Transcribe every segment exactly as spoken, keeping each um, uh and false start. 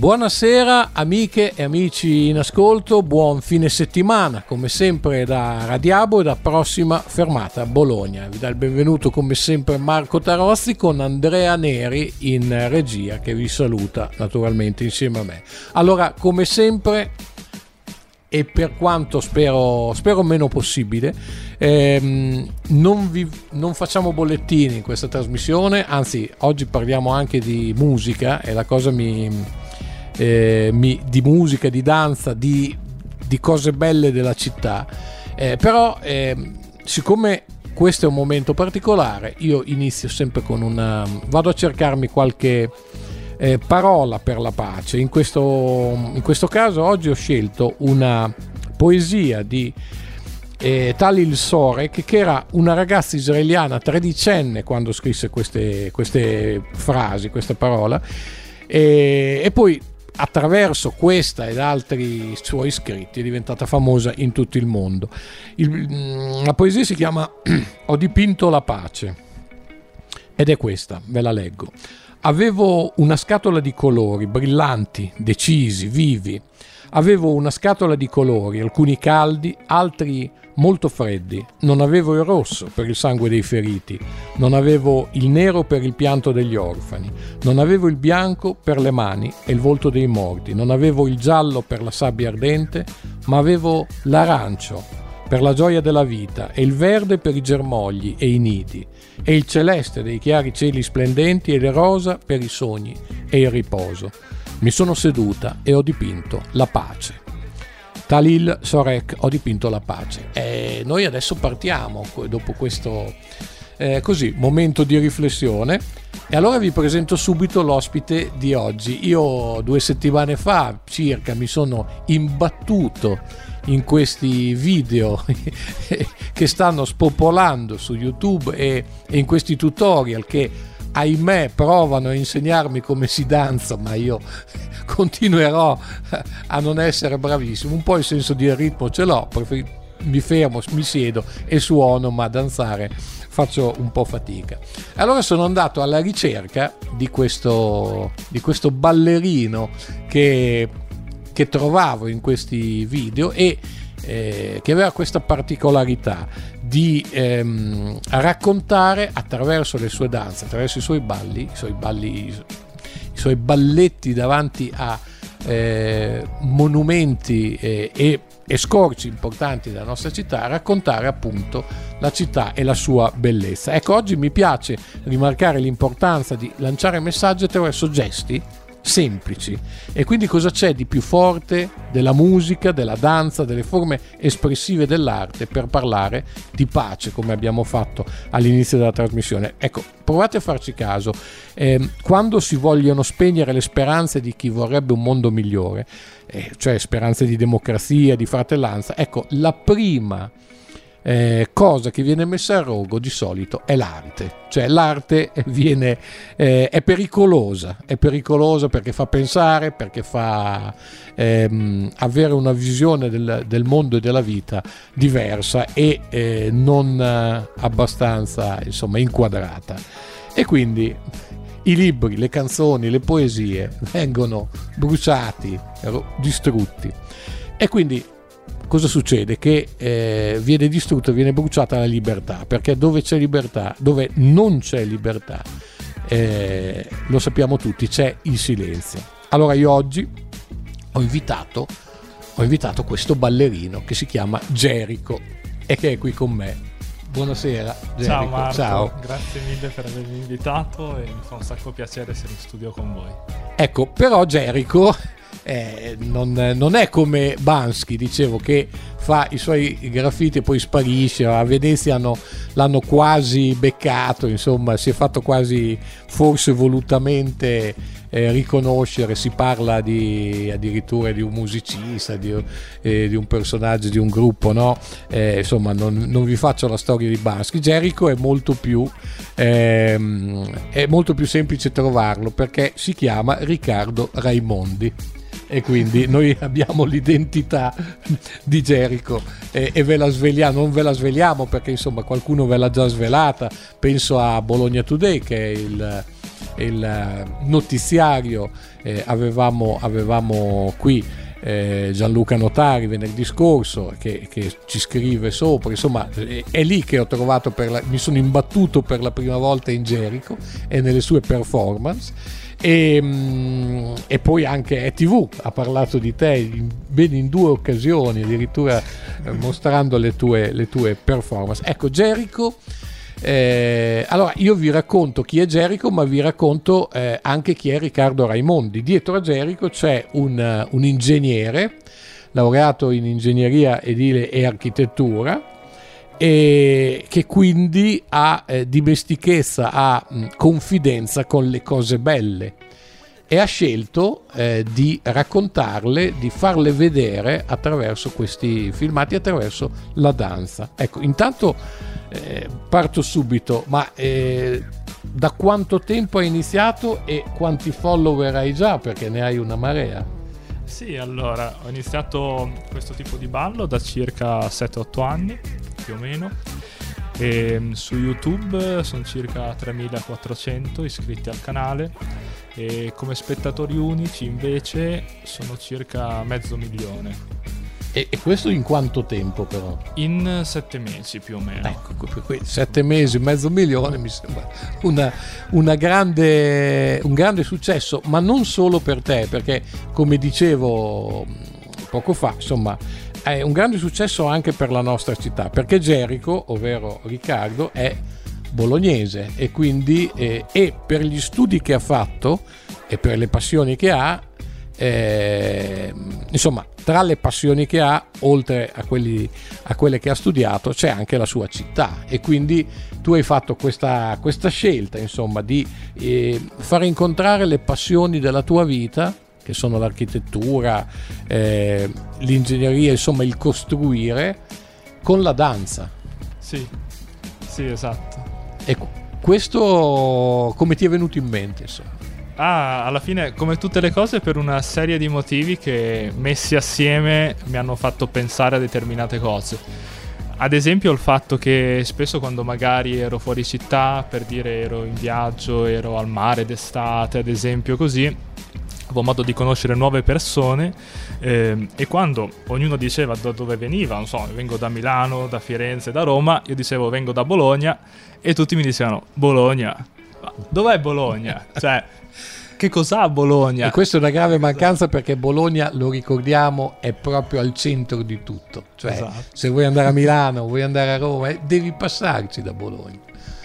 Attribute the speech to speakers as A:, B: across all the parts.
A: Buonasera amiche e amici in ascolto, buon fine settimana come sempre da Radiabo e da Prossima Fermata Bologna. Vi dà il benvenuto come sempre Marco Tarozzi con Andrea Neri in regia che vi saluta naturalmente insieme a me. Allora, come sempre e per quanto spero, spero meno possibile, ehm, non, vi, non facciamo bollettini in questa trasmissione, anzi oggi parliamo anche di musica e la cosa mi... Eh, mi, di musica, di danza, di, di cose belle della città, eh, però eh, siccome questo è un momento particolare, io inizio sempre con una vado a cercarmi qualche eh, parola per la pace. In questo, in questo caso oggi ho scelto una poesia di eh, Talil Sorek, che era una ragazza israeliana tredicenne quando scrisse queste, queste frasi, questa parola, e, e poi attraverso questa ed altri suoi scritti è diventata famosa in tutto il mondo. Il, la poesia si chiama Ho dipinto la pace ed è questa, ve la leggo. Avevo una scatola di colori brillanti, decisi, vivi. Avevo una scatola di colori, alcuni caldi, altri molto freddi. Non avevo il rosso per il sangue dei feriti, non avevo il nero per il pianto degli orfani, non avevo il bianco per le mani e il volto dei morti, non avevo il giallo per la sabbia ardente, ma avevo l'arancio per la gioia della vita e il verde per i germogli e i nidi, e il celeste dei chiari cieli splendenti e il rosa per i sogni e il riposo. Mi sono seduta e ho dipinto la pace. Talil Sorek, ho dipinto la pace. E noi adesso partiamo dopo questo eh, così momento di riflessione, e allora vi presento subito l'ospite di oggi. Io due settimane fa circa mi sono imbattuto in questi video che stanno spopolando su YouTube e, e in questi tutorial che ahimè provano a insegnarmi come si danza, ma io continuerò a non essere bravissimo. Un po' il senso di ritmo ce l'ho, mi fermo, mi siedo e suono, ma danzare faccio un po' fatica. Allora sono andato alla ricerca di questo, di questo ballerino che, che trovavo in questi video e eh, che aveva questa particolarità di ehm, raccontare attraverso le sue danze, attraverso i suoi balli, i suoi balli, i suoi balletti davanti a eh, monumenti eh, e, e scorci importanti della nostra città, raccontare appunto la città e la sua bellezza. Ecco, oggi mi piace rimarcare l'importanza di lanciare messaggi attraverso gesti semplici. E quindi cosa c'è di più forte della musica, della danza, delle forme espressive dell'arte per parlare di pace, come abbiamo fatto all'inizio della trasmissione? Ecco, provate a farci caso. Eh, quando si vogliono spegnere le speranze di chi vorrebbe un mondo migliore, eh, cioè speranze di democrazia, di fratellanza, ecco, la prima Eh, cosa che viene messa a rogo di solito è l'arte, cioè l'arte viene eh, è pericolosa, è pericolosa perché fa pensare, perché fa ehm, avere una visione del, del mondo e della vita diversa e eh, non eh, abbastanza insomma inquadrata, e quindi i libri, le canzoni, le poesie vengono bruciati, distrutti, e quindi cosa succede? Che eh, viene distrutta, viene bruciata la libertà, perché dove c'è libertà, dove non c'è libertà, eh, lo sappiamo tutti, c'è il silenzio. Allora io oggi ho invitato, ho invitato questo ballerino che si chiama Jericho e che è qui con me. Buonasera Jericho.
B: Ciao Marco,
A: ciao.
B: Grazie mille per avermi invitato e mi fa un sacco piacere essere in studio con voi.
A: Ecco, però Jericho Eh, non, non è come Bansky, dicevo, che fa i suoi graffiti e poi sparisce. A Venezia hanno, l'hanno quasi beccato, insomma si è fatto quasi, forse volutamente, eh, riconoscere. Si parla di, addirittura di un musicista, di, eh, di un personaggio di un gruppo, no? Eh, insomma non, non vi faccio la storia di Bansky. Jericho è molto più ehm, è molto più semplice trovarlo, perché si chiama Riccardo Raimondi. E quindi noi abbiamo l'identità di Jericho e, e ve la sveliamo, non ve la sveliamo perché insomma qualcuno ve l'ha già svelata. Penso a Bologna Today, che è il, il notiziario eh, avevamo, avevamo qui eh, Gianluca Notari venerdì scorso che, che ci scrive sopra, insomma è, è lì che ho trovato per la, mi sono imbattuto per la prima volta in Jericho e nelle sue performance. E, e poi anche E T V ha parlato di te in, ben in due occasioni, addirittura eh, mostrando le tue, le tue performance. Ecco, Jericho, eh, allora io vi racconto chi è Jericho, ma vi racconto eh, anche chi è Riccardo Raimondi. Dietro a Jericho c'è un, un ingegnere laureato in ingegneria edile e architettura, e che quindi ha eh, dimestichezza, ha mh, confidenza con le cose belle e ha scelto eh, di raccontarle, di farle vedere attraverso questi filmati, attraverso la danza. Ecco, intanto eh, parto subito, ma eh, da quanto tempo hai iniziato e quanti follower hai già, perché ne hai una marea?
B: Sì, allora, ho iniziato questo tipo di ballo da circa sette otto anni, più o meno, e su YouTube sono circa tremilaquattrocento iscritti al canale e come spettatori unici invece sono circa mezzo milione.
A: E, e questo in quanto tempo però?
B: In sette mesi più o meno.
A: Ecco, sette mesi, mezzo milione mi sembra una, una grande, un grande successo, ma non solo per te, perché come dicevo poco fa, insomma, è un grande successo anche per la nostra città, perché Jericho, ovvero Riccardo, è bolognese e quindi eh, e per gli studi che ha fatto e per le passioni che ha, eh, insomma, tra le passioni che ha, oltre a, quelli, a quelle che ha studiato, c'è anche la sua città, e quindi tu hai fatto questa, questa scelta, insomma, di eh, far incontrare le passioni della tua vita, che sono l'architettura, eh, l'ingegneria, insomma il costruire, con la danza.
B: Sì, sì, esatto.
A: E questo come ti è venuto in mente, insomma?
B: Ah, alla fine, come tutte le cose, per una serie di motivi che messi assieme mi hanno fatto pensare a determinate cose. Ad esempio il fatto che spesso quando magari ero fuori città, per dire ero in viaggio, ero al mare d'estate, ad esempio, così, avevo modo di conoscere nuove persone, eh, e quando ognuno diceva da dove veniva, non so, vengo da Milano, da Firenze, da Roma, io dicevo vengo da Bologna e tutti mi dicevano Bologna, ma dov'è Bologna? Cioè, che cos'ha Bologna?
A: E questa è una grave mancanza, perché Bologna, lo ricordiamo, è proprio al centro di tutto, cioè esatto. Se vuoi andare a Milano, vuoi andare a Roma, eh, devi passarci da Bologna.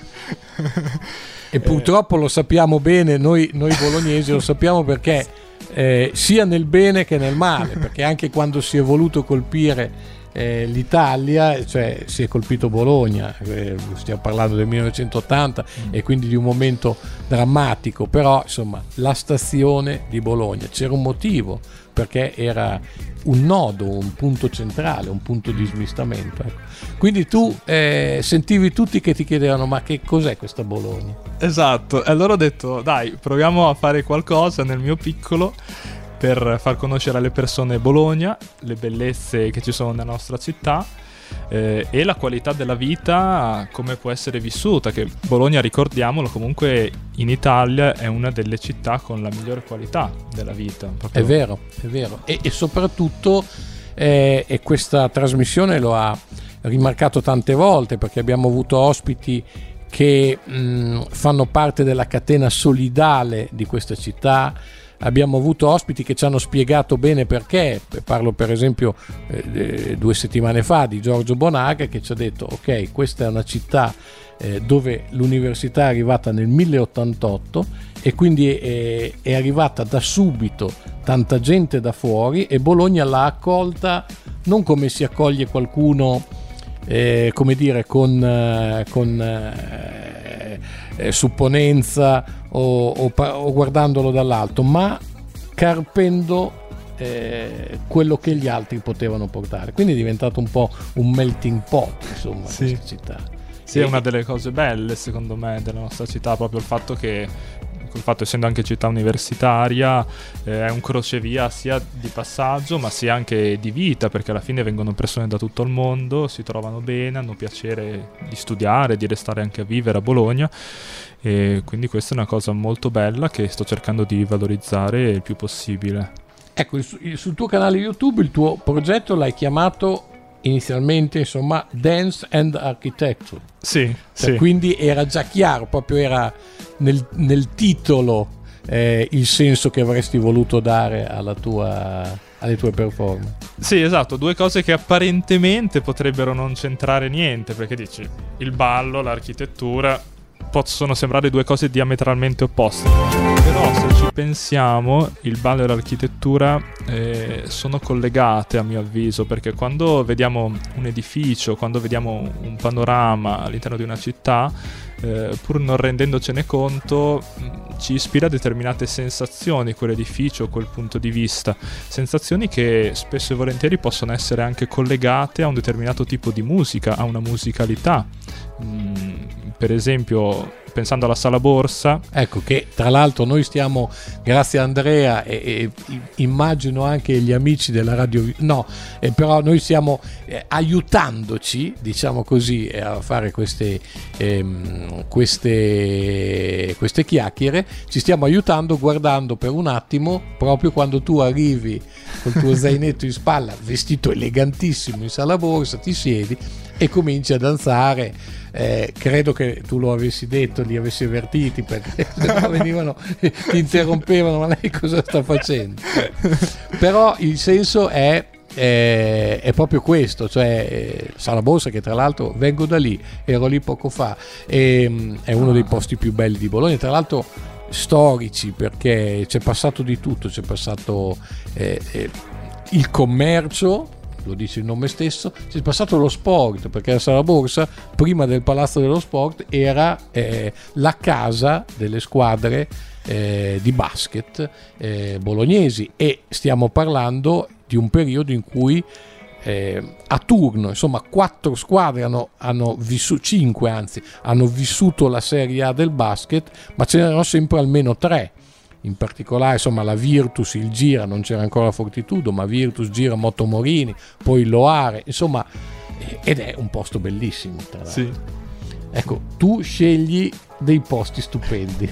A: E purtroppo lo sappiamo bene, noi, noi bolognesi lo sappiamo, perché eh, sia nel bene che nel male, perché anche quando si è voluto colpire eh, l'Italia, cioè si è colpito Bologna, eh, stiamo parlando del millenovecentottanta, mm. e quindi di un momento drammatico, però insomma la stazione di Bologna, c'era un motivo, perché era un nodo, un punto centrale, un punto di smistamento, ecco. Quindi tu eh, sentivi tutti che ti chiedevano ma che cos'è questa Bologna?
B: Esatto, e allora ho detto dai, proviamo a fare qualcosa nel mio piccolo per far conoscere alle persone Bologna, le bellezze che ci sono nella nostra città, eh, e la qualità della vita, come può essere vissuta, che Bologna, ricordiamolo, comunque in Italia è una delle città con la migliore qualità della vita. Proprio.
A: È vero, è vero, e, e soprattutto eh, e questa trasmissione lo ha rimarcato tante volte, perché abbiamo avuto ospiti che mh, fanno parte della catena solidale di questa città. Abbiamo avuto ospiti che ci hanno spiegato bene perché. Parlo per esempio eh, due settimane fa di Giorgio Bonaga, che ci ha detto ok, questa è una città eh, dove l'università è arrivata nel milleottantotto e quindi è, è arrivata da subito tanta gente da fuori, e Bologna l'ha accolta non come si accoglie qualcuno eh, come dire con, eh, con eh, eh, supponenza o, o, o guardandolo dall'alto, ma carpendo eh, quello che gli altri potevano portare, quindi è diventato un po' un melting pot, insomma,
B: sì.
A: Questa città.
B: Sì, è una delle cose belle secondo me della nostra città, proprio il fatto che col fatto, essendo anche città universitaria, eh, è un crocevia sia di passaggio ma sia anche di vita, perché alla fine vengono persone da tutto il mondo, si trovano bene, hanno piacere di studiare, di restare anche a vivere a Bologna, e quindi questa è una cosa molto bella che sto cercando di valorizzare il più possibile.
A: Ecco, il, sul tuo canale YouTube il tuo progetto l'hai chiamato inizialmente, insomma, Dance and Architecture.
B: Sì,
A: cioè,
B: sì.
A: Quindi era già chiaro, proprio era nel, nel titolo eh, il senso che avresti voluto dare alla tua, alle tue performance.
B: Sì, esatto, due cose che apparentemente potrebbero non c'entrare niente, perché dici, il ballo, l'architettura possono sembrare due cose diametralmente opposte, però se ci pensiamo il ballo e l'architettura eh, sono collegate, a mio avviso, perché quando vediamo un edificio, quando vediamo un panorama all'interno di una città, eh, pur non rendendocene conto, ci ispira a determinate sensazioni quell'edificio, quel punto di vista, sensazioni che spesso e volentieri possono essere anche collegate a un determinato tipo di musica, a una musicalità. Mm, per esempio, pensando alla Sala Borsa,
A: ecco, che tra l'altro noi stiamo, grazie a Andrea e, e immagino anche gli amici della radio, no, eh, però noi stiamo eh, aiutandoci, diciamo così, a fare queste, ehm, queste, queste chiacchiere, ci stiamo aiutando guardando per un attimo, proprio quando tu arrivi col tuo zainetto in spalla, vestito elegantissimo in Sala Borsa, ti siedi e cominci a danzare. Eh, credo che tu lo avessi detto, li avessi avvertiti, perché venivano, ti interrompevano, ma lei cosa sta facendo? Però il senso è, è, è proprio questo, cioè eh, Sala Borsa, che tra l'altro vengo da lì, ero lì poco fa, e, è uno dei posti più belli di Bologna, tra l'altro storici, perché c'è passato di tutto, c'è passato eh, eh, il commercio, lo dice il nome stesso, c'è passato lo sport, perché la Sala Borsa, prima del Palazzo dello Sport, era eh, la casa delle squadre eh, di basket eh, bolognesi, e stiamo parlando di un periodo in cui eh, a turno, insomma, quattro squadre hanno, hanno vissuto, cinque anzi, hanno vissuto la Serie A del basket, ma ce n'erano sempre almeno tre. In particolare, insomma, la Virtus, il Gira, non c'era ancora Fortitudo, ma Virtus, Gira, Motomorini, poi Loare, insomma, ed è un posto bellissimo, tra l'altro.
B: Sì.
A: Ecco, tu scegli dei posti stupendi.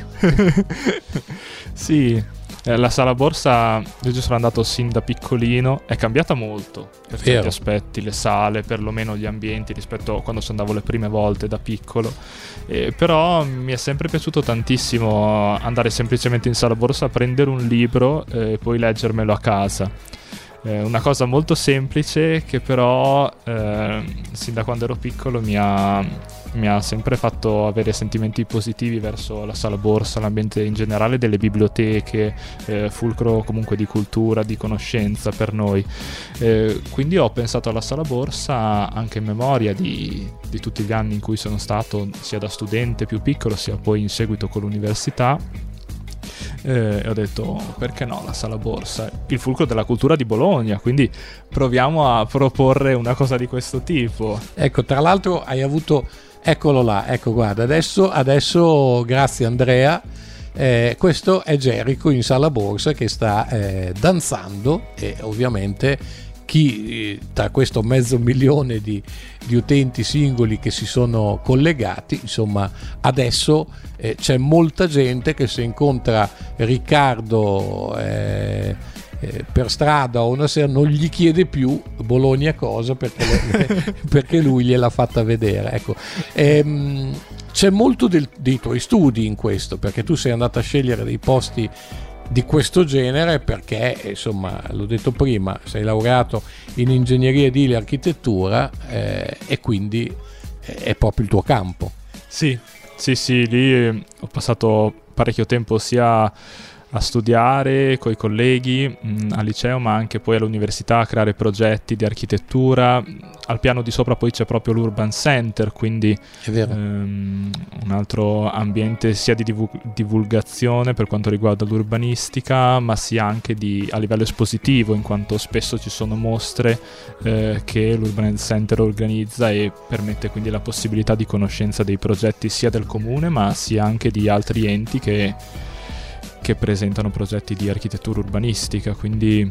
B: Sì, la Sala Borsa, io ci sono andato sin da piccolino, è cambiata molto per
A: Vero.
B: certi aspetti, le sale, perlomeno gli ambienti, rispetto a quando ci andavo le prime volte da piccolo, eh, però mi è sempre piaciuto tantissimo andare semplicemente in Sala Borsa, prendere un libro e eh, poi leggermelo a casa. Eh, una cosa molto semplice che però eh, sin da quando ero piccolo mi ha, mi ha sempre fatto avere sentimenti positivi verso la Sala Borsa, l'ambiente in generale delle biblioteche, eh, fulcro comunque di cultura, di conoscenza per noi. Eh, quindi ho pensato alla Sala Borsa anche in memoria di, di tutti gli anni in cui sono stato sia da studente più piccolo sia poi in seguito con l'università. Eh, e ho detto, perché no, la Sala Borsa, il fulcro della cultura di Bologna, quindi proviamo a proporre una cosa di questo tipo.
A: Ecco, tra l'altro hai avuto, eccolo là, ecco, guarda, adesso, adesso grazie Andrea, eh, questo è Gerico in Sala Borsa che sta eh, danzando, e ovviamente chi tra questo mezzo milione di, di utenti singoli che si sono collegati, insomma, adesso eh, c'è molta gente che se incontra Riccardo eh, eh, per strada o una sera non gli chiede più Bologna cosa, perché, le, perché lui gliel'ha fatta vedere. Ecco, ehm, c'è molto del, dei tuoi studi in questo, perché tu sei andato a scegliere dei posti di questo genere perché, insomma, l'ho detto prima, sei laureato in ingegneria edile e architettura, eh, e quindi è proprio il tuo campo.
B: Sì, sì, sì, lì ho passato parecchio tempo sia a studiare coi colleghi mh, al liceo, ma anche poi all'università a creare progetti di architettura. Al piano di sopra poi c'è proprio l'Urban Center, quindi
A: è vero.
B: Ehm, un altro ambiente sia di divul- divulgazione per quanto riguarda l'urbanistica, ma sia anche di, a livello espositivo, in quanto spesso ci sono mostre eh, che l'Urban Center organizza e permette quindi la possibilità di conoscenza dei progetti sia del comune ma sia anche di altri enti che che presentano progetti di architettura urbanistica, quindi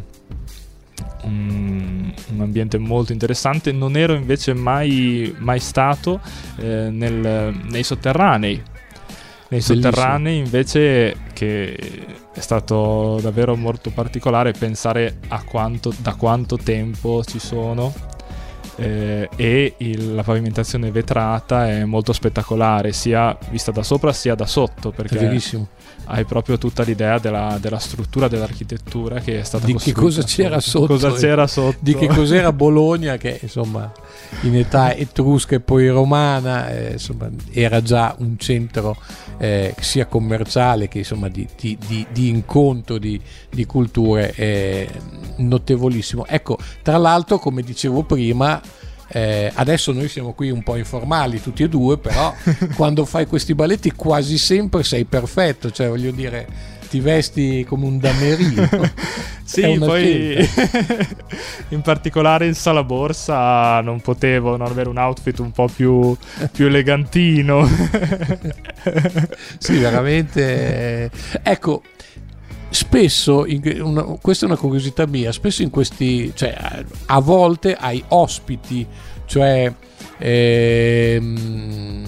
B: un, un ambiente molto interessante. Non ero invece mai, mai stato eh, nel, nei sotterranei. Nei
A: Bellissimo.
B: sotterranei invece, che è stato davvero molto particolare pensare a quanto, da quanto tempo ci sono, eh, e il, la pavimentazione vetrata è molto spettacolare, sia vista da sopra sia da sotto, perché
A: È verissimo.
B: hai proprio tutta l'idea della, della struttura dell'architettura che è stata
A: Di che
B: costruita.
A: cosa c'era sotto,
B: cosa c'era sotto.
A: Di che cos'era Bologna, che insomma in età etrusca e poi romana, eh, insomma era già un centro eh, sia commerciale che insomma di, di, di, di incontro di, di culture, eh, notevolissimo. Ecco, tra l'altro, come dicevo prima, Eh, adesso noi siamo qui un po' informali tutti e due, però quando fai questi balletti quasi sempre sei perfetto, cioè voglio dire, ti vesti come un damerino.
B: Sì, poi in particolare in sala borsa non potevo non avere un outfit un po' più, più elegantino.
A: Sì, veramente. Ecco, spesso, in, una, questa è una curiosità mia, spesso in questi, cioè a volte hai ospiti, cioè ehm,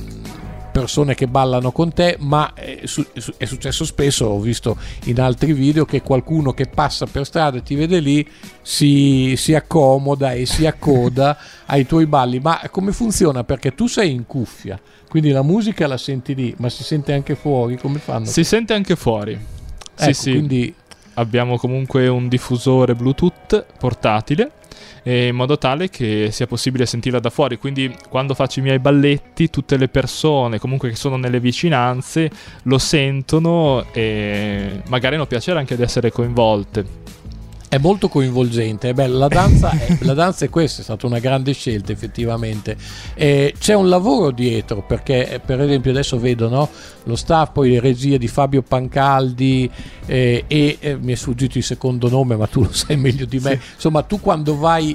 A: persone che ballano con te, ma è, su, è successo spesso, ho visto in altri video, che qualcuno che passa per strada e ti vede lì si, si accomoda e si accoda ai tuoi balli. Ma come funziona? Perché tu sei in cuffia, quindi la musica la senti lì, ma si sente anche fuori? Come fanno?
B: Si sente anche fuori.
A: Ecco,
B: sì, sì.
A: Quindi
B: abbiamo comunque un diffusore Bluetooth portatile, in modo tale che sia possibile sentirla da fuori, quindi quando faccio i miei balletti tutte le persone comunque che sono nelle vicinanze lo sentono e magari hanno piacere anche di essere coinvolte.
A: è molto coinvolgente, è bella. La danza è, la danza è questa, è stata una grande scelta effettivamente. Eh, c'è un lavoro dietro, perché per esempio adesso vedo, no, lo staff, poi le regie di Fabio Pancaldi, eh, e eh, mi è sfuggito il secondo nome, ma tu lo sai meglio di me. Sì. Insomma, tu quando vai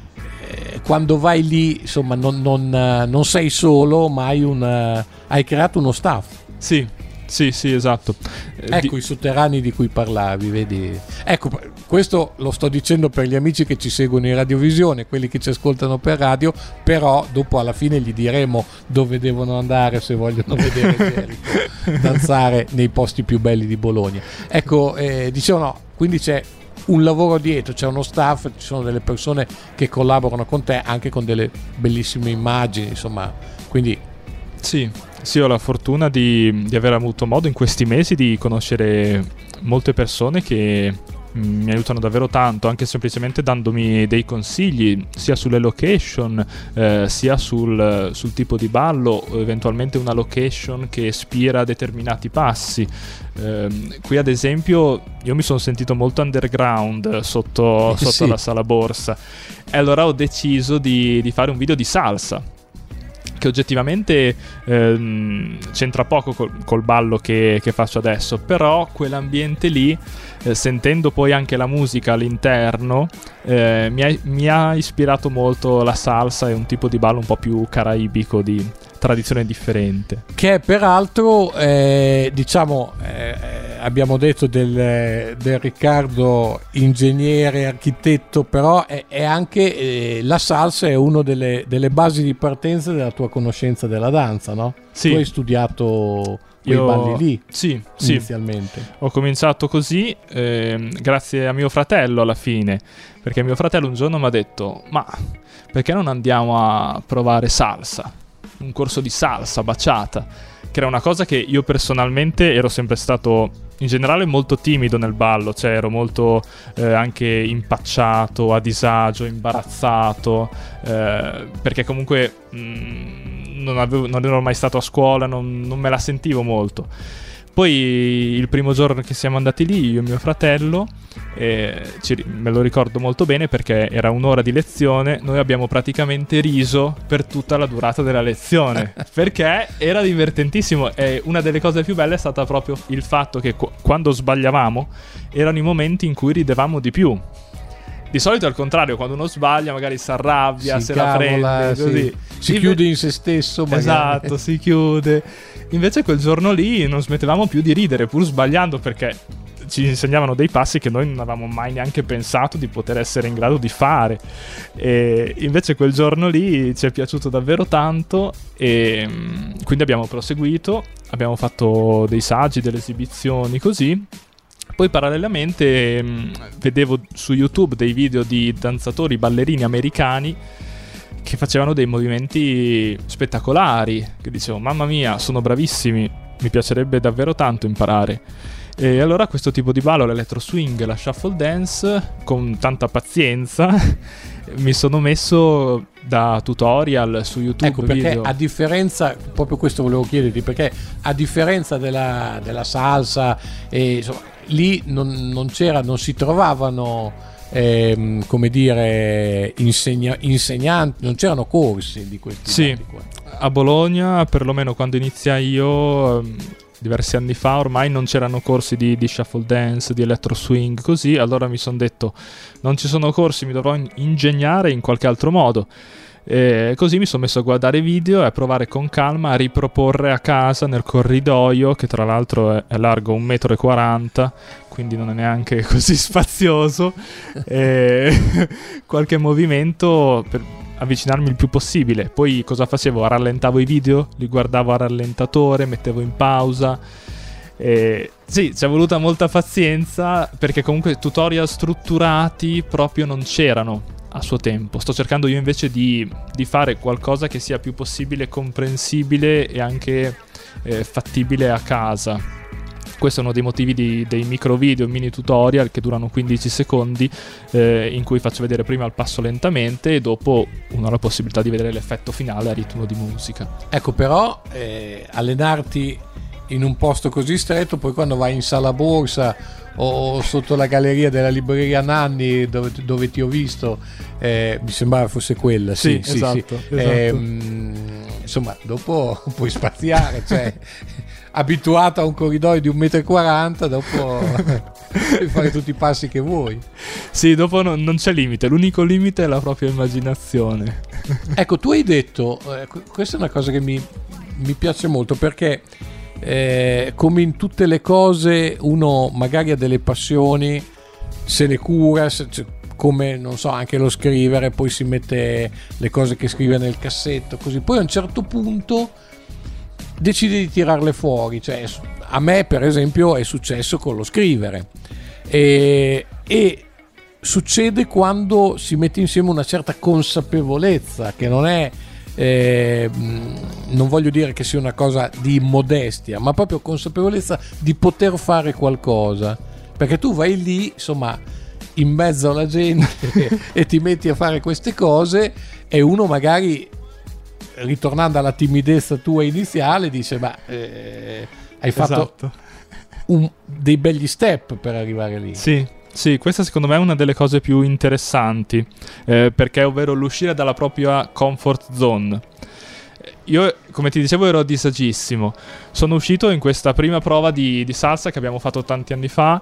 A: eh, quando vai lì, insomma, non, non, non sei solo, ma hai, un, hai creato uno staff.
B: Sì. Sì, sì, esatto.
A: Ecco, di... i sotterranei di cui parlavi, vedi? Ecco, questo lo sto dicendo per gli amici che ci seguono in radiovisione, quelli che ci ascoltano per radio, però dopo alla fine gli diremo dove devono andare se vogliono vedere Gerico danzare nei posti più belli di Bologna. Ecco, eh, dicevo, no, quindi c'è un lavoro dietro, c'è uno staff, ci sono delle persone che collaborano con te, anche con delle bellissime immagini, insomma, quindi...
B: Sì. Sì, ho la fortuna di, di aver avuto modo in questi mesi di conoscere molte persone che mi aiutano davvero tanto, anche semplicemente dandomi dei consigli sia sulle location, eh, sia sul, sul tipo di ballo, o eventualmente una location che ispira a determinati passi. Eh, qui ad esempio io mi sono sentito molto underground sotto, sotto sì. la sala borsa, e allora ho deciso di, di fare un video di salsa, che oggettivamente ehm, c'entra poco col, col ballo che, che faccio adesso, però quell'ambiente lì, eh, sentendo poi anche la musica all'interno, eh, mi, ha, mi ha ispirato molto la salsa, e un tipo di ballo un po' più caraibico, di tradizione differente. Che
A: peraltro, eh, diciamo, eh, abbiamo detto del, del Riccardo ingegnere, architetto, però è, è anche eh, la salsa è una delle, delle basi di partenza della tua conoscenza della danza, no?
B: Sì.
A: Tu hai studiato quei Io... balli lì,
B: sì,
A: inizialmente.
B: Sì. Ho cominciato così, eh, grazie a mio fratello alla fine, perché mio fratello un giorno mi ha detto: ma perché non andiamo a provare salsa? Un corso di salsa, baciata, che era una cosa che io personalmente ero sempre stato in generale molto timido nel ballo, cioè ero molto eh, anche impacciato, a disagio, imbarazzato, eh, perché comunque mh, non, avevo, non ero mai stato a scuola, non, non me la sentivo molto. Poi il primo giorno che siamo andati lì, io e mio fratello, eh, ci, me lo ricordo molto bene perché era un'ora di lezione, noi abbiamo praticamente riso per tutta la durata della lezione, perché era divertentissimo, e una delle cose più belle è stata proprio il fatto che qu- quando sbagliavamo erano i momenti in cui ridevamo di più. Di solito è al contrario, quando uno sbaglia magari si arrabbia,
A: si
B: se
A: cavola,
B: la prende, così.
A: Sì. si
B: Inve-
A: chiude in se stesso magari.
B: Esatto, si chiude. Invece quel giorno lì non smettevamo più di ridere, pur sbagliando, perché ci insegnavano dei passi che noi non avevamo mai neanche pensato di poter essere in grado di fare. E invece quel giorno lì ci è piaciuto davvero tanto, e quindi abbiamo proseguito, abbiamo fatto dei saggi, delle esibizioni così. Poi parallelamente mh, vedevo su YouTube dei video di danzatori, ballerini americani che facevano dei movimenti spettacolari, che dicevo, mamma mia, sono bravissimi, mi piacerebbe davvero tanto imparare. E allora questo tipo di ballo, l'electro swing, la shuffle dance, con tanta pazienza mi sono messo da tutorial su YouTube.
A: Ecco, perché
B: video.
A: A differenza, proprio questo volevo chiederti, perché a differenza della, della salsa, e, insomma, lì non, non c'era, non si trovavano, ehm, come dire, insegna, insegnanti, non c'erano corsi di questi.
B: Sì,
A: qua.
B: A Bologna, perlomeno quando iniziai io, diversi anni fa, ormai non c'erano corsi di, di shuffle dance, di electro swing, così. Allora mi sono detto, non ci sono corsi, mi dovrò ingegnare in qualche altro modo. E così mi sono messo a guardare video e a provare con calma a riproporre a casa nel corridoio, che tra l'altro è, è largo un metro e quaranta, quindi non è neanche così spazioso, e qualche movimento per avvicinarmi il più possibile. Poi cosa facevo? Rallentavo i video, li guardavo a rallentatore, mettevo in pausa. E sì, ci è voluta molta pazienza, perché comunque tutorial strutturati proprio non c'erano a suo tempo. Sto cercando io invece di, di fare qualcosa che sia più possibile comprensibile e anche eh, fattibile a casa. Questo è uno dei motivi di, dei micro video, mini tutorial che durano quindici secondi, eh, in cui faccio vedere prima il passo lentamente e dopo uno ha la possibilità di vedere l'effetto finale a ritmo di musica.
A: Ecco, però eh, allenarti in un posto così stretto, poi quando vai in sala borsa o sotto la galleria della libreria Nanni, dove, dove ti ho visto, eh, mi sembrava fosse quella. Sì,
B: sì,
A: sì,
B: esatto,
A: sì.
B: esatto.
A: Eh, insomma, dopo puoi spaziare, cioè abituato a un corridoio di un metro e quaranta, dopo puoi fare tutti i passi che vuoi.
B: Sì, dopo no, non c'è limite, l'unico limite è la propria immaginazione.
A: Ecco, tu hai detto, eh, questa è una cosa che mi, mi piace molto, perché eh, come in tutte le cose uno magari ha delle passioni, se ne cura, se, cioè, come non so, anche lo scrivere, poi si mette le cose che scrive nel cassetto, così poi a un certo punto decide di tirarle fuori. Cioè, a me per esempio è successo con lo scrivere, e, e succede quando si mette insieme una certa consapevolezza, che non è eh, non voglio dire che sia una cosa di immodestia, ma proprio consapevolezza di poter fare qualcosa, perché tu vai lì, insomma, in mezzo alla gente e ti metti a fare queste cose, e uno magari, ritornando alla timidezza tua iniziale, dice ma eh, hai fatto
B: Esatto.
A: un, dei begli step per arrivare lì.
B: Sì, sì, questa secondo me è una delle cose più interessanti, eh, perché ovvero l'uscire dalla propria comfort zone. Io, come ti dicevo, ero disagissimo. Sono uscito in questa prima prova di, di salsa che abbiamo fatto tanti anni fa,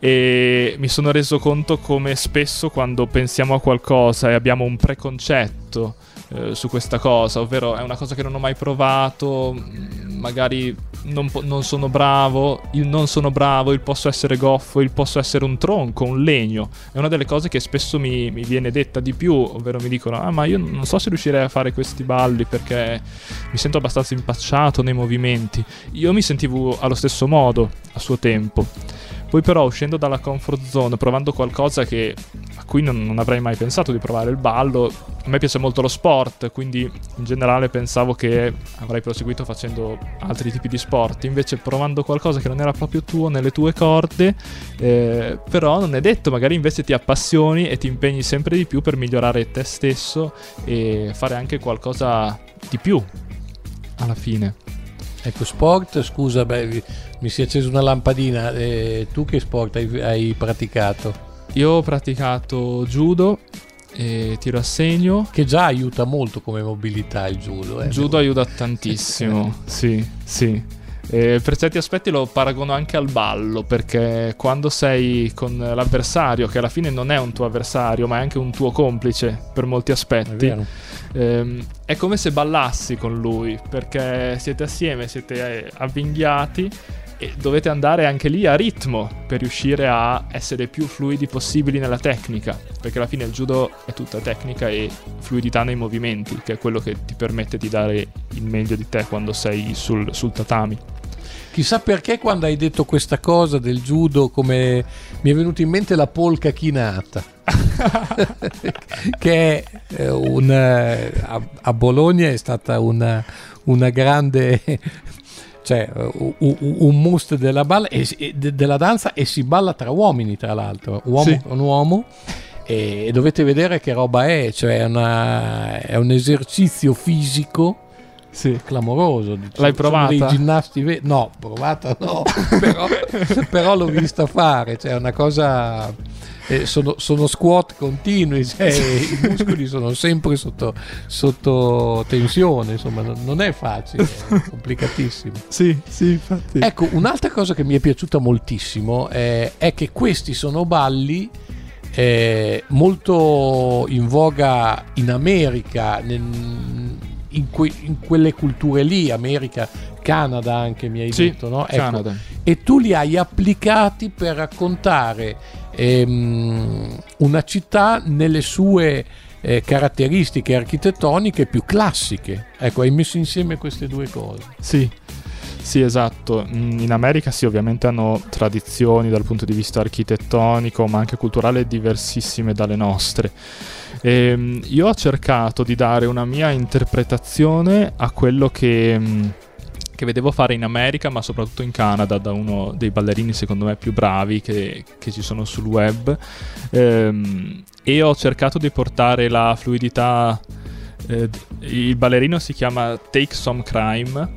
B: e mi sono reso conto come spesso quando pensiamo a qualcosa e abbiamo un preconcetto eh, su questa cosa, ovvero è una cosa che non ho mai provato, magari non, po- non sono bravo, il non sono bravo, il posso essere goffo, il posso essere un tronco, un legno, è una delle cose che spesso mi, mi viene detta di più, ovvero mi dicono ah ma io non so se riuscirei a fare questi balli perché mi sento abbastanza impacciato nei movimenti. Io mi sentivo allo stesso modo a suo tempo. Poi però, uscendo dalla comfort zone, provando qualcosa che, a cui non, non avrei mai pensato di provare, il ballo, a me piace molto lo sport, quindi in generale pensavo che avrei proseguito facendo altri tipi di sport. Invece provando qualcosa che non era proprio tuo, nelle tue corde, eh, però non è detto, magari invece ti appassioni e ti impegni sempre di più per migliorare te stesso e fare anche qualcosa di più alla fine.
A: Ecco, sport, scusa, beh, mi si è accesa una lampadina, eh, tu che sport hai, hai praticato?
B: Io ho praticato judo e tiro a segno.
A: Che già aiuta molto come mobilità il judo. Eh,
B: Judo aiuta tantissimo, sì, sì. E per certi aspetti lo paragono anche al ballo, perché quando sei con l'avversario, che alla fine non è un tuo avversario ma è anche un tuo complice per molti aspetti, ehm, è come se ballassi con lui, perché siete assieme, siete avvinghiati e dovete andare anche lì a ritmo per riuscire a essere più fluidi possibili nella tecnica, perché alla fine il judo è tutta tecnica e fluidità nei movimenti, che è quello che ti permette di dare il meglio di te quando sei sul, sul tatami.
A: Chissà perché quando hai detto questa cosa del judo, come mi è venuta in mente la polka chinata che è una, a, a Bologna è stata una, una grande, cioè un, un must della, balla, e, della danza, e si balla tra uomini, tra l'altro, uomo sì. con uomo, e dovete vedere che roba è, cioè è, una, è un esercizio fisico sì. clamoroso.
B: L'hai provata?
A: Dei ginnasti ve- no, provata no, però, però l'ho vista fare, cioè è una cosa, eh, sono, sono squat continui, cioè, i muscoli sono sempre sotto, sotto tensione, insomma non, non è facile, è complicatissimo.
B: Sì, sì, infatti.
A: Ecco, un'altra cosa che mi è piaciuta moltissimo eh, è che questi sono balli eh, molto in voga in America, nel, In, que- in quelle culture lì, America, Canada anche mi hai sì, detto, no? Ecco.
B: Canada.
A: E tu li hai applicati per raccontare ehm, una città nelle sue eh, caratteristiche architettoniche più classiche. Ecco, hai messo insieme queste due cose.
B: Sì. Sì, esatto. In America sì, ovviamente hanno tradizioni dal punto di vista architettonico, ma anche culturale diversissime dalle nostre. E io ho cercato di dare una mia interpretazione a quello che, che vedevo fare in America, ma soprattutto in Canada, da uno dei ballerini secondo me più bravi che, che ci sono sul web, ehm, e ho cercato di portare la fluidità. Eh, il ballerino si chiama Take Some Crime.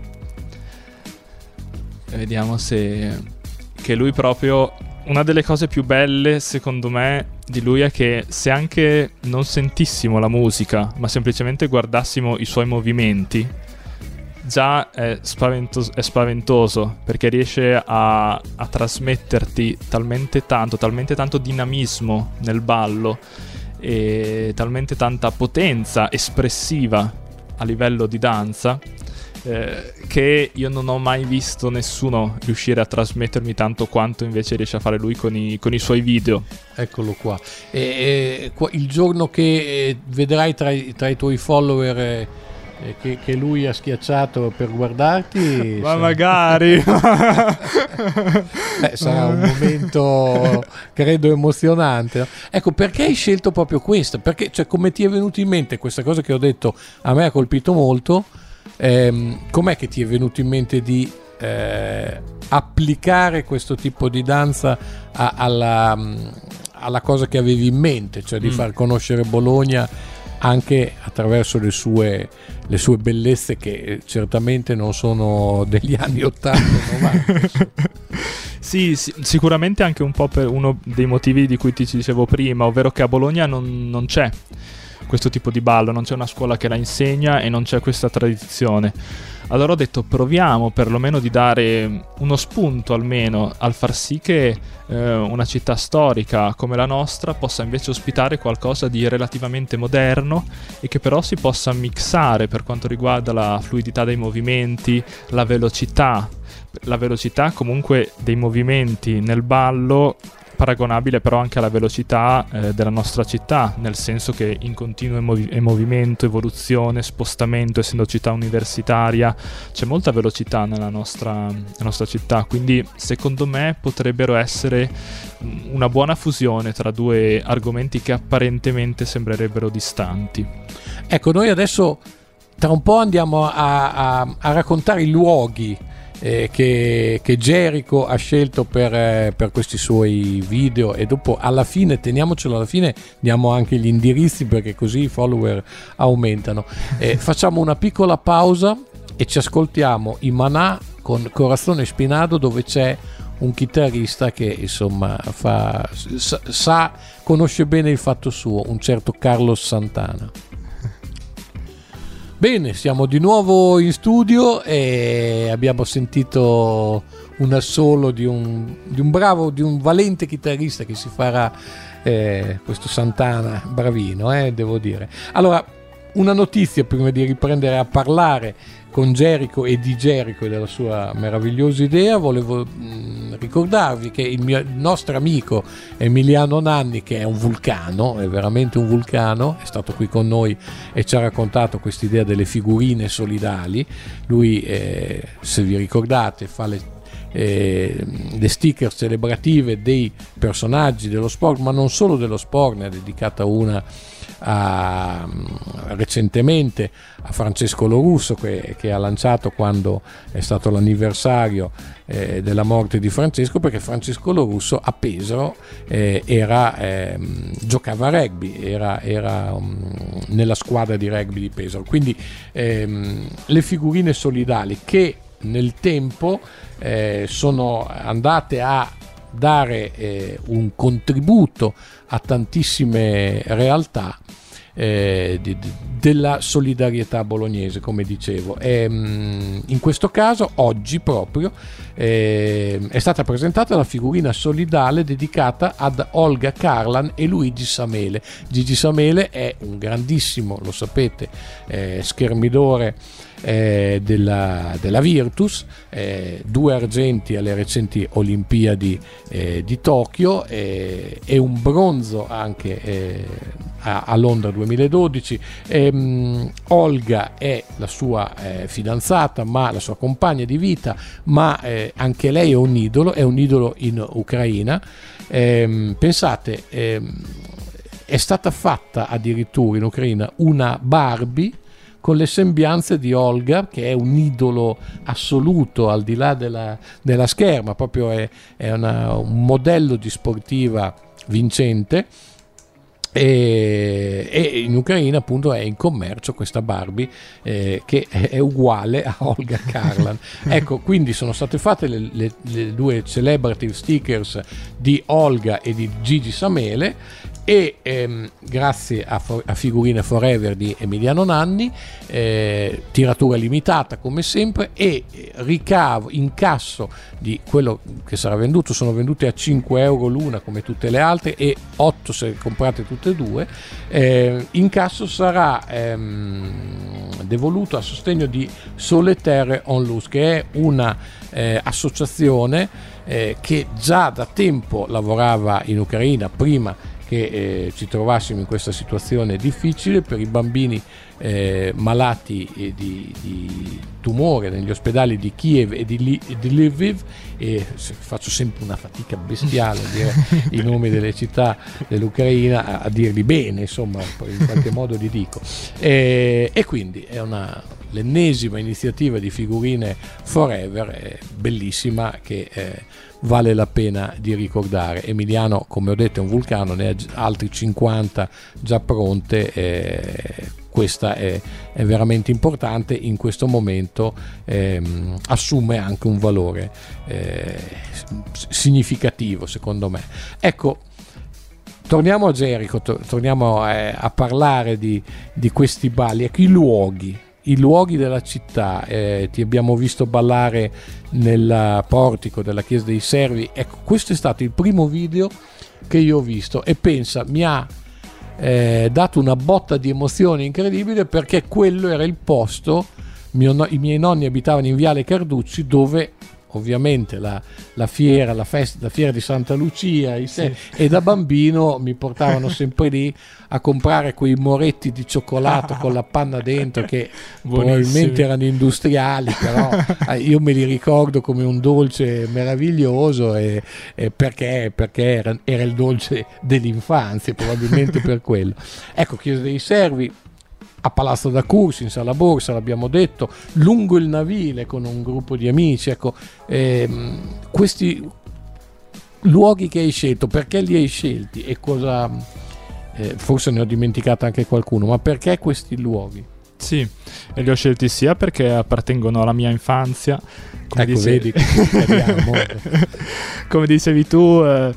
B: Vediamo se... che lui proprio... Una delle cose più belle secondo me di lui è che se anche non sentissimo la musica, ma semplicemente guardassimo i suoi movimenti, già è spaventoso, è spaventoso perché riesce a, a trasmetterti talmente tanto, talmente tanto dinamismo nel ballo e talmente tanta potenza espressiva a livello di danza, Eh, che io non ho mai visto nessuno riuscire a trasmettermi tanto quanto invece riesce a fare lui con i, con i suoi video.
A: Eccolo qua. E, e, qua il giorno che vedrai tra i, tra i tuoi follower eh, che, che lui ha schiacciato per guardarti,
B: ma se... magari
A: Beh, sarà un momento credo emozionante, no? Ecco, perché hai scelto proprio questo? Perché, cioè, come ti è venuto in mente questa cosa che ho detto, a me ha colpito molto. Eh, com'è che ti è venuto in mente di eh, applicare questo tipo di danza a, alla, alla cosa che avevi in mente, cioè di mm. far conoscere Bologna anche attraverso le sue, le sue bellezze, che certamente non sono degli anni ottanta novanta.
B: Sì, sì, sicuramente anche un po' per uno dei motivi di cui ti dicevo prima, ovvero che a Bologna non, non c'è questo tipo di ballo, non c'è una scuola che la insegna e non c'è questa tradizione. Allora ho detto proviamo perlomeno di dare uno spunto almeno al far sì che eh, una città storica come la nostra possa invece ospitare qualcosa di relativamente moderno e che però si possa mixare per quanto riguarda la fluidità dei movimenti, la velocità, la velocità comunque dei movimenti nel ballo, paragonabile però anche alla velocità eh, della nostra città, nel senso che in continuo movi- movimento, evoluzione, spostamento, essendo città universitaria, c'è molta velocità nella nostra, nella nostra città, quindi secondo me potrebbero essere una buona fusione tra due argomenti che apparentemente sembrerebbero distanti.
A: Ecco, noi adesso tra un po' andiamo a, a, a raccontare i luoghi Eh, che, che Jericho ha scelto per, eh, per questi suoi video, e dopo alla fine, teniamocelo alla fine, diamo anche gli indirizzi perché così i follower aumentano. Eh, facciamo una piccola pausa e ci ascoltiamo i Maná con Corazzone Spinato, dove c'è un chitarrista che insomma fa, sa, sa conosce bene il fatto suo, un certo Carlos Santana. Bene, siamo di nuovo in studio e abbiamo sentito un assolo di un, di un bravo, di un valente chitarrista che si farà, eh, questo Santana, bravino, eh, devo dire. Allora, una notizia prima di riprendere a parlare con Gerico e di Gerico e della sua meravigliosa idea. Volevo mh, ricordarvi che il, mio, il nostro amico Emiliano Nanni, che è un vulcano, è veramente un vulcano, è stato qui con noi e ci ha raccontato quest'idea delle figurine solidali. Lui, eh, se vi ricordate, fa le Eh, le sticker celebrative dei personaggi dello sport, ma non solo dello sport. Ne ha dedicata una a, recentemente a Francesco Lorusso, che, che ha lanciato quando è stato l'anniversario eh, della morte di Francesco, perché Francesco Lorusso a Pesaro eh, era, eh, giocava a rugby, era, era um, nella squadra di rugby di Pesaro. Quindi ehm, le figurine solidali che nel tempo eh, sono andate a dare eh, un contributo a tantissime realtà eh, di, di, della solidarietà bolognese, come dicevo. E, mh, in questo caso oggi proprio eh, è stata presentata la figurina solidale dedicata ad Olga Carlan e Luigi Samele. Gigi Samele è un grandissimo, lo sapete, eh, schermidore Eh, della, della Virtus, eh, due argenti alle recenti Olimpiadi eh, di Tokyo eh, e un bronzo anche eh, a, a Londra duemiladodici. Eh, mh, Olga è la sua eh, fidanzata, ma la sua compagna di vita, ma eh, anche lei è un idolo, è un idolo in Ucraina. Eh, pensate, eh, è stata fatta addirittura in Ucraina una Barbie con le sembianze di Olga, che è un idolo assoluto al di là della, della scherma, proprio è, è una, un modello di sportiva vincente. E, e in Ucraina appunto è in commercio questa Barbie eh, che è uguale a Olga Carlan. Ecco, quindi sono state fatte le, le, le due celebrative stickers di Olga e di Gigi Samele, e ehm, grazie a, a Figurine Forever di Emiliano Nanni, eh, tiratura limitata come sempre, e ricavo, incasso di quello che sarà venduto, sono vendute a cinque euro l'una come tutte le altre e otto se comprate tutte e due. Eh, incasso sarà ehm, devoluto a sostegno di Sole Terre Onlus, che è una eh, associazione eh, che già da tempo lavorava in Ucraina prima che eh, ci trovassimo in questa situazione difficile per i bambini eh, malati eh, di, di tumore negli ospedali di Kiev e di, Li, di Lviv, e faccio sempre una fatica bestiale a dire i nomi delle città dell'Ucraina, a, a dirli bene, insomma, in qualche modo li dico, e, e quindi è una l'ennesima iniziativa di Figurine Forever, eh, bellissima, che eh, vale la pena di ricordare. Emiliano, come ho detto, è un vulcano, ne ha altri cinquanta già pronte. Eh, questa è, è veramente importante, in questo momento ehm, assume anche un valore eh, significativo, secondo me. Ecco, torniamo a Gerico, to- torniamo eh, a parlare di, di questi balli, ecco, i luoghi. I luoghi della città, eh, ti abbiamo visto ballare nel portico della Chiesa dei Servi. Ecco, questo è stato il primo video che io ho visto e pensa, mi ha eh, dato una botta di emozione incredibile, perché quello era il posto, mio no- i miei nonni abitavano in Viale Carducci, dove ovviamente la, la fiera, la festa, la fiera di Santa Lucia, i se- sì. E da bambino mi portavano sempre lì a comprare quei moretti di cioccolato con la panna dentro, che probabilmente erano industriali, però io me li ricordo come un dolce meraviglioso, e, e perché, perché era, era il dolce dell'infanzia, probabilmente per quello. Ecco, Chiesa dei Servi, a Palazzo da Cursi, in Sala Borsa, l'abbiamo detto, lungo il Navile con un gruppo di amici. Ecco, ehm, questi luoghi che hai scelto, perché li hai scelti e cosa, eh, forse ne ho dimenticato anche qualcuno, ma perché questi luoghi?
B: Sì, e li ho scelti sia perché appartengono alla mia infanzia, come,
A: ecco,
B: dicevi,
A: vedi,
B: come dicevi tu, eh,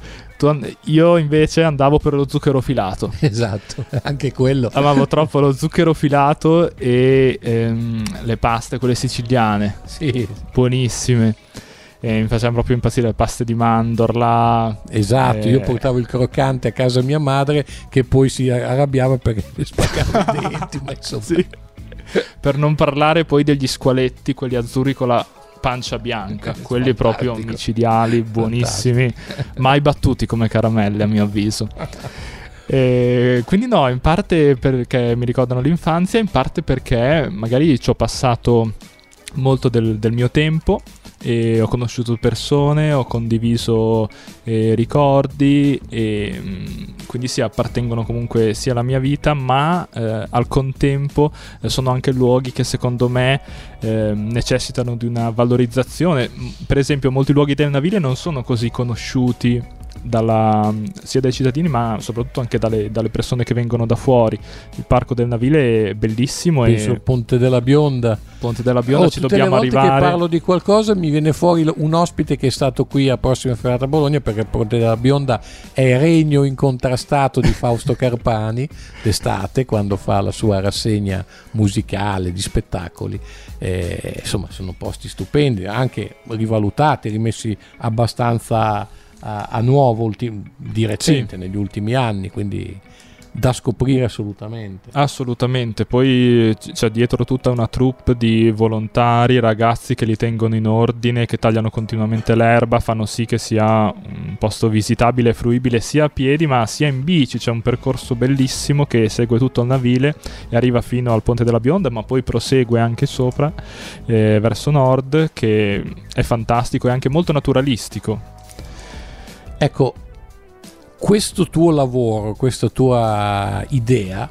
B: io invece andavo per lo zucchero filato.
A: Esatto, anche quello.
B: Amavo troppo lo zucchero filato e ehm, le paste, quelle siciliane,
A: sì,
B: buonissime. e mi facevano proprio impazzire le paste di mandorla.
A: Esatto,
B: e...
A: io portavo il croccante a casa mia madre che poi si arrabbiava perché mi spaccava i denti, ma insomma.
B: Sì. Per non parlare poi degli squaletti, quelli azzurri con la pancia bianca, quelli
A: Fantastico.
B: proprio micidiali, buonissimi, mai battuti come caramelle a mio avviso. E quindi no, in parte perché mi ricordano l'infanzia, in parte perché magari ci ho passato molto del, del mio tempo e ho conosciuto persone, ho condiviso eh, ricordi e mh, quindi sì, appartengono comunque sia alla mia vita, ma eh, al contempo eh, sono anche luoghi che secondo me eh, necessitano di una valorizzazione. Per esempio molti luoghi del Navile non sono così conosciuti dalla, sia dai cittadini ma soprattutto anche dalle, dalle persone che vengono da fuori. Il parco del Navile è bellissimo.
A: Penso
B: e
A: Ponte della Bionda.
B: Ponte della Bionda,
A: oh,
B: ci
A: tutte
B: dobbiamo
A: le volte
B: arrivare.
A: Che parlo di qualcosa mi viene fuori un ospite che è stato qui a Prossima Ferrata a Bologna, perché Ponte della Bionda è regno incontrastato di Fausto Carpani d'estate, quando fa la sua rassegna musicale di spettacoli. Eh, insomma, sono posti stupendi, anche rivalutati, rimessi abbastanza a, a nuovo ultim- di recente, sì, negli ultimi anni, quindi da scoprire assolutamente.
B: Assolutamente. Poi c'è dietro tutta una troupe di volontari, ragazzi che li tengono in ordine, che tagliano continuamente l'erba, fanno sì che sia un posto visitabile e fruibile sia a piedi ma sia in bici. C'è un percorso bellissimo che segue tutto il Navile e arriva fino al Ponte della Bionda, ma poi prosegue anche sopra eh, verso nord, che è fantastico e anche molto naturalistico.
A: Ecco, questo tuo lavoro, questa tua idea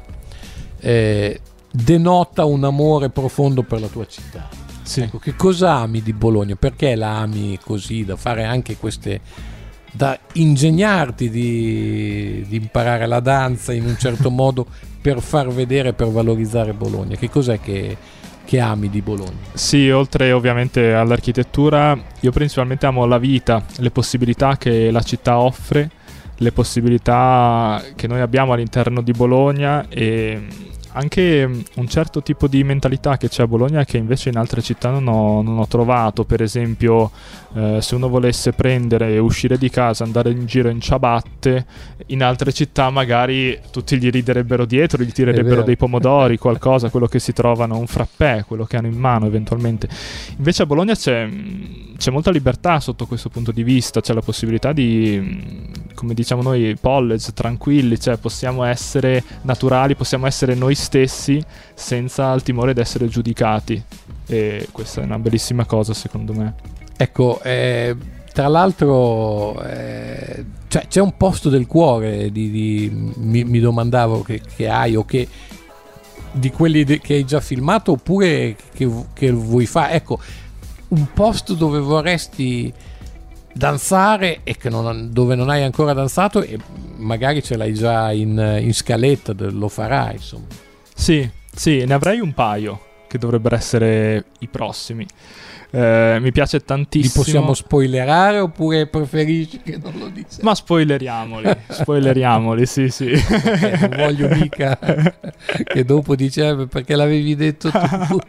A: eh, denota un amore profondo per la tua città.
B: Sì.
A: Ecco, che cosa ami di Bologna? Perché la ami così, da fare anche queste, da ingegnarti di, di imparare la danza in un certo modo per far vedere, per valorizzare Bologna? Che cos'è che, che ami di Bologna?
B: Sì, oltre ovviamente all'architettura, io principalmente amo la vita, le possibilità che la città offre, le possibilità che noi abbiamo all'interno di Bologna e anche un certo tipo di mentalità che c'è a Bologna che invece in altre città non ho, non ho trovato. Per esempio eh, se uno volesse prendere e uscire di casa, andare in giro in ciabatte, in altre città magari tutti gli riderebbero dietro, gli tirerebbero dei pomodori, qualcosa, quello che si trovano, un frappè, quello che hanno in mano eventualmente. Invece a Bologna c'è, c'è molta libertà sotto questo punto di vista, c'è la possibilità di, come diciamo noi, pollage, tranquilli, cioè possiamo essere naturali, possiamo essere noi stessi senza il timore di essere giudicati, e questa è una bellissima cosa secondo me.
A: Ecco, eh, tra l'altro eh, cioè, c'è un posto del cuore di, di, mi, mi domandavo che, che hai o che di quelli de, che hai già filmato oppure che, che vuoi fare, ecco, un posto dove vorresti danzare e che non, dove non hai ancora danzato e magari ce l'hai già in, in scaletta, lo farai, insomma.
B: Sì, sì, ne avrei un paio che dovrebbero essere i prossimi. Eh, mi piace tantissimo.
A: Li possiamo spoilerare oppure preferisci che non lo dici?
B: Ma spoileriamoli, spoileriamoli, sì, sì.
A: Okay, non voglio mica che dopo dice perché l'avevi detto tu.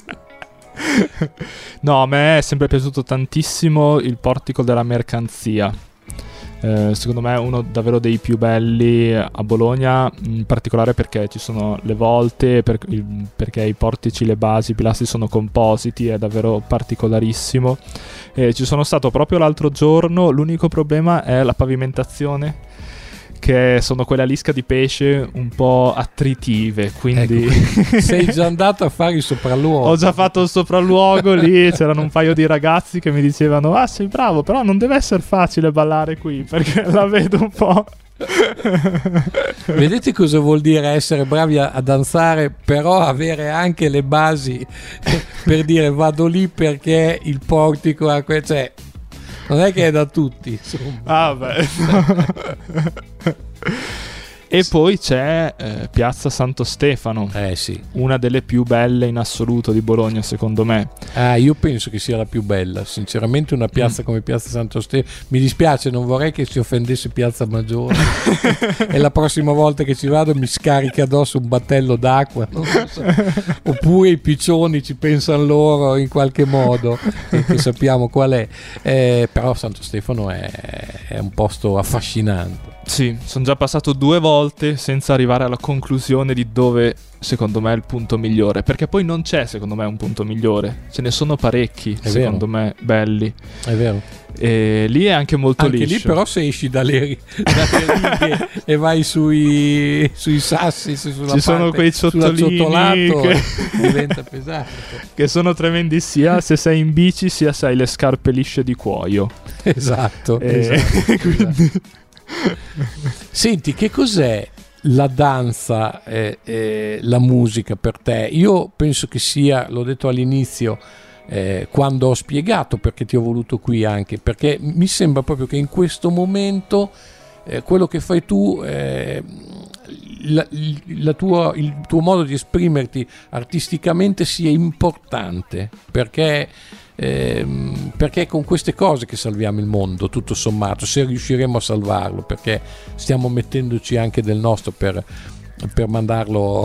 B: No, a me è sempre piaciuto tantissimo il Portico della Mercanzia. Eh, secondo me è uno davvero dei più belli a Bologna, in particolare perché ci sono le volte, per, il, perché i portici, le basi, i pilastri sono compositi, è davvero particolarissimo. Eh, ci sono stato proprio l'altro giorno, l'unico problema è la pavimentazione, che sono quelle a lisca di pesce un po' attritive, quindi
A: ecco, sei già andato a fare il sopralluogo.
B: Ho già fatto il sopralluogo lì, c'erano un paio di ragazzi che mi dicevano ah sei bravo, però non deve essere facile ballare qui perché la vedo un po'.
A: Vedete cosa vuol dire essere bravi a, a danzare, però avere anche le basi per dire vado lì perché il portico ha que- cioè non è che è da tutti, insomma.
B: Ah beh. E poi c'è eh, Piazza Santo Stefano,
A: eh sì,
B: una delle più belle in assoluto di Bologna secondo me.
A: Ah, io penso che sia la più bella, sinceramente, una piazza mm. come Piazza Santo Stefano. Mi dispiace, non vorrei che si offendesse Piazza Maggiore e la prossima volta che ci vado mi scarica addosso un battello d'acqua, non lo so. Oppure i piccioni ci pensano loro in qualche modo, che, che sappiamo qual è, eh, però Santo Stefano è, è un posto affascinante.
B: Sì, sono già passato due volte senza arrivare alla conclusione di dove secondo me è il punto migliore, perché poi non c'è secondo me un punto migliore, ce ne sono parecchi
A: è
B: secondo
A: vero.
B: me belli.
A: È vero.
B: E lì è anche molto
A: anche
B: liscio.
A: Lì però se esci dalle, dalle righe e vai sui, sui sassi, sulla
B: ci
A: parte,
B: sono quei ciotolini che
A: diventa pesante,
B: che sono tremendi sia se sei in bici sia se hai le scarpe lisce di cuoio.
A: Esatto,
B: e...
A: esatto, quindi... Senti, che cos'è la danza e eh, eh, la musica per te? Io penso che sia, l'ho detto all'inizio eh, quando ho spiegato perché ti ho voluto qui, anche perché mi sembra proprio che in questo momento eh, quello che fai tu, eh, la, la tua, il tuo modo di esprimerti artisticamente sia importante, perché Eh, perché è con queste cose che salviamo il mondo, tutto sommato, se riusciremo a salvarlo, perché stiamo mettendoci anche del nostro per, per mandarlo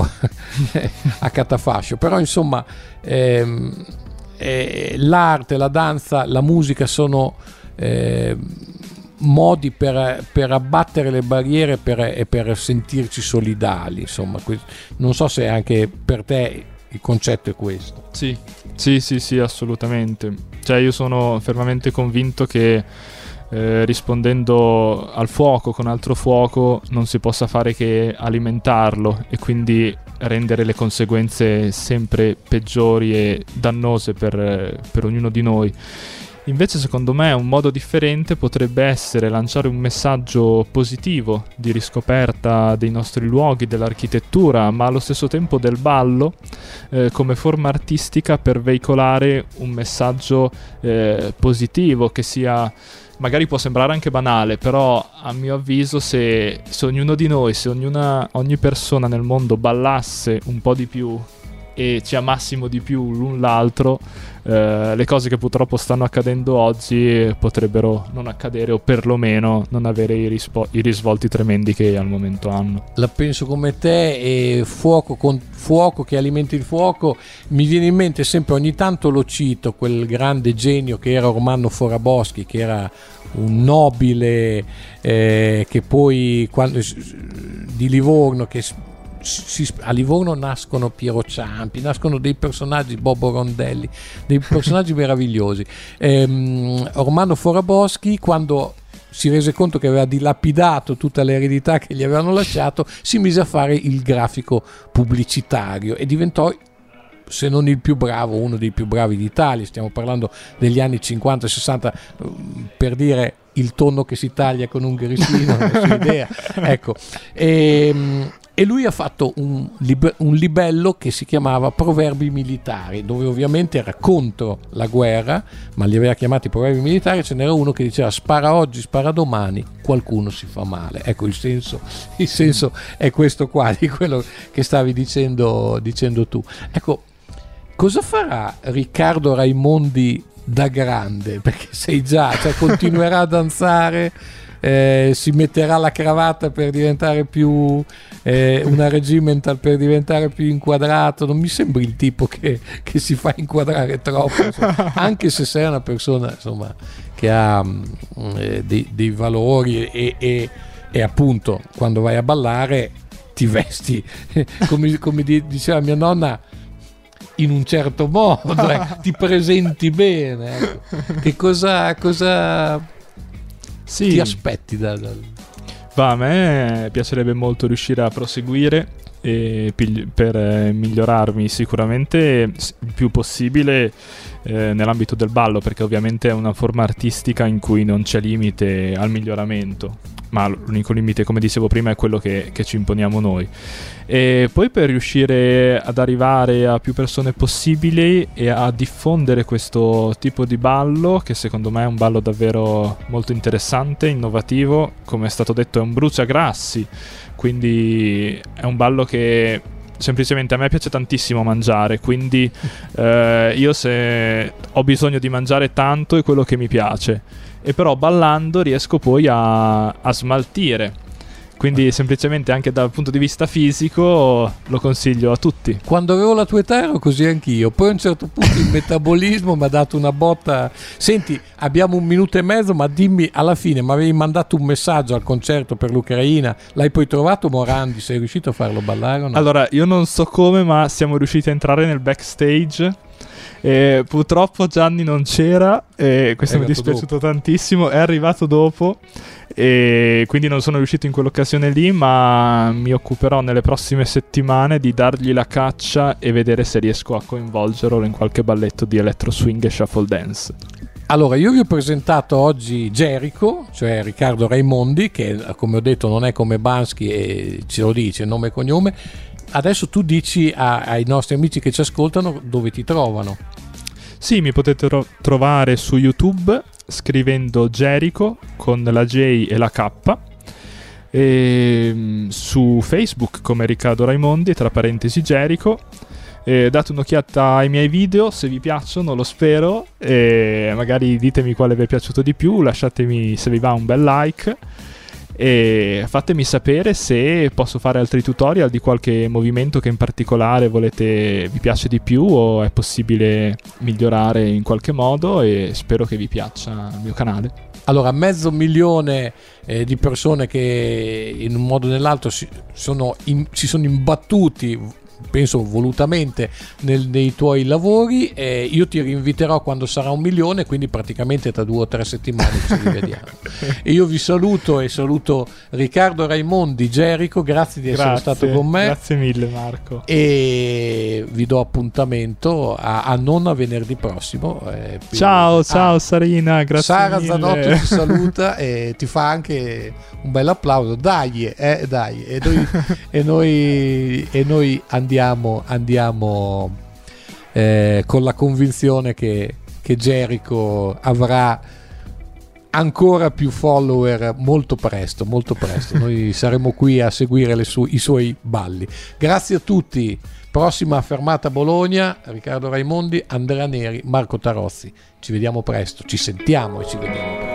A: a catafascio. Però insomma ehm, eh, l'arte, la danza, la musica sono eh, modi per, per abbattere le barriere per, e per sentirci solidali, insomma. Non so se anche per te il concetto è questo.
B: Sì, sì, sì, sì, assolutamente. Cioè io sono fermamente convinto che eh, rispondendo al fuoco con altro fuoco non si possa fare che alimentarlo e quindi rendere le conseguenze sempre peggiori e dannose per, per ognuno di noi. Invece secondo me un modo differente potrebbe essere lanciare un messaggio positivo di riscoperta dei nostri luoghi, dell'architettura, ma allo stesso tempo del ballo eh, come forma artistica per veicolare un messaggio eh, positivo che sia, magari può sembrare anche banale, però a mio avviso se, se ognuno di noi, se ognuna, ogni persona nel mondo ballasse un po' di più e ci amassimo di più l'un l'altro, eh, le cose che purtroppo stanno accadendo oggi potrebbero non accadere o perlomeno non avere i, rispo- i risvolti tremendi che al momento hanno.
A: La penso come te, e fuoco con fuoco che alimenti il fuoco, mi viene in mente sempre, ogni tanto lo cito, quel grande genio che era Ormanno Foraboschi, che era un nobile eh, che poi quando, di Livorno, che Si, a Livorno nascono Piero Ciampi, nascono dei personaggi, Bobo Rondelli, dei personaggi meravigliosi. ehm, Ormanno Foraboschi, quando si rese conto che aveva dilapidato tutta l'eredità che gli avevano lasciato, si mise a fare il grafico pubblicitario e diventò, se non il più bravo, uno dei più bravi d'Italia. Stiamo parlando degli anni cinquanta sessanta, per dire il tonno che si taglia con un grissino, non ho idea. Ecco, e, e lui ha fatto un, lib- un libello che si chiamava Proverbi Militari, dove ovviamente era contro la guerra, ma li aveva chiamati Proverbi Militari. Ce n'era uno che diceva: spara oggi, spara domani, qualcuno si fa male. Ecco, il senso, il senso è questo qua, di quello che stavi dicendo, dicendo tu. Ecco, cosa farà Riccardo Raimondi da grande? Perché sei già, cioè continuerà a danzare, eh, si metterà la cravatta per diventare più eh, una regimental, per diventare più inquadrato. Non mi sembri il tipo che, che si fa inquadrare troppo, insomma. Anche se sei una persona, insomma, che ha eh, dei, dei valori e, e, e appunto quando vai a ballare ti vesti come, come diceva mia nonna, in un certo modo, eh, ti presenti bene, ecco. Che cosa, cosa sì. ti aspetti da, da...
B: Va, a me piacerebbe molto riuscire a proseguire e pigli- per eh, migliorarmi sicuramente il più possibile eh, nell'ambito del ballo, perché ovviamente è una forma artistica in cui non c'è limite al miglioramento, ma l'unico limite, come dicevo prima, è quello che, che ci imponiamo noi. E poi per riuscire ad arrivare a più persone possibili e a diffondere questo tipo di ballo, che secondo me è un ballo davvero molto interessante, innovativo, come è stato detto è un bruciagrassi, quindi è un ballo che semplicemente a me piace tantissimo mangiare, quindi eh, io se ho bisogno di mangiare tanto è quello che mi piace, e però ballando riesco poi a, a smaltire, quindi semplicemente anche dal punto di vista fisico lo consiglio a tutti.
A: Quando avevo la tua età ero così anch'io, poi a un certo punto il metabolismo mi ha dato una botta. Senti, abbiamo un minuto e mezzo, ma dimmi, alla fine mi avevi mandato un messaggio al concerto per l'Ucraina, l'hai poi trovato Morandi? Sei riuscito a farlo ballare o no?
B: Allora, io non so come, ma siamo riusciti a entrare nel backstage. E purtroppo Gianni non c'era, e questo mi è dispiaciuto dopo. tantissimo. È arrivato dopo, e quindi non sono riuscito in quell'occasione lì, ma mi occuperò nelle prossime settimane di dargli la caccia e vedere se riesco a coinvolgerlo in qualche balletto di electro swing e shuffle dance.
A: Allora, io vi ho presentato oggi Jericho, cioè Riccardo Raimondi, che come ho detto non è come Bansky e ce lo dice nome e cognome. Adesso tu dici a, ai nostri amici che ci ascoltano dove ti trovano.
B: Sì, mi potete ro- trovare su YouTube scrivendo Jericho con la J e la K, e su Facebook come Riccardo Raimondi tra parentesi Jericho. E date un'occhiata ai miei video se vi piacciono, lo spero, e magari ditemi quale vi è piaciuto di più, lasciatemi se vi va un bel like e fatemi sapere se posso fare altri tutorial di qualche movimento che in particolare volete, vi piace di più, o è possibile migliorare in qualche modo, e spero che vi piaccia il mio canale.
A: Allora, mezzo milione eh, di persone che in un modo o nell'altro si sono, in, si sono imbattuti, penso volutamente, nel, nei tuoi lavori, e io ti rinviterò quando sarà un milione, quindi praticamente tra due o tre settimane ci rivediamo. E io vi saluto e saluto Riccardo Raimondi, Jericho, grazie di essere
B: grazie,
A: stato con me.
B: Grazie mille Marco.
A: E vi do appuntamento a, a non a venerdì prossimo. Eh,
B: ciao, ciao ah, Sarina, grazie
A: Sara
B: mille.
A: Zanotto ti saluta e ti fa anche un bel applauso. Dai, eh, dai. E noi, e noi, e noi andiamo, andiamo eh, con la convinzione che, che Jericho avrà ancora più follower molto presto, molto presto. Noi saremo qui a seguire le su- i suoi balli. Grazie a tutti. Prossima fermata Bologna, Riccardo Raimondi, Andrea Neri, Marco Tarozzi. Ci vediamo presto, ci sentiamo e ci vediamo presto.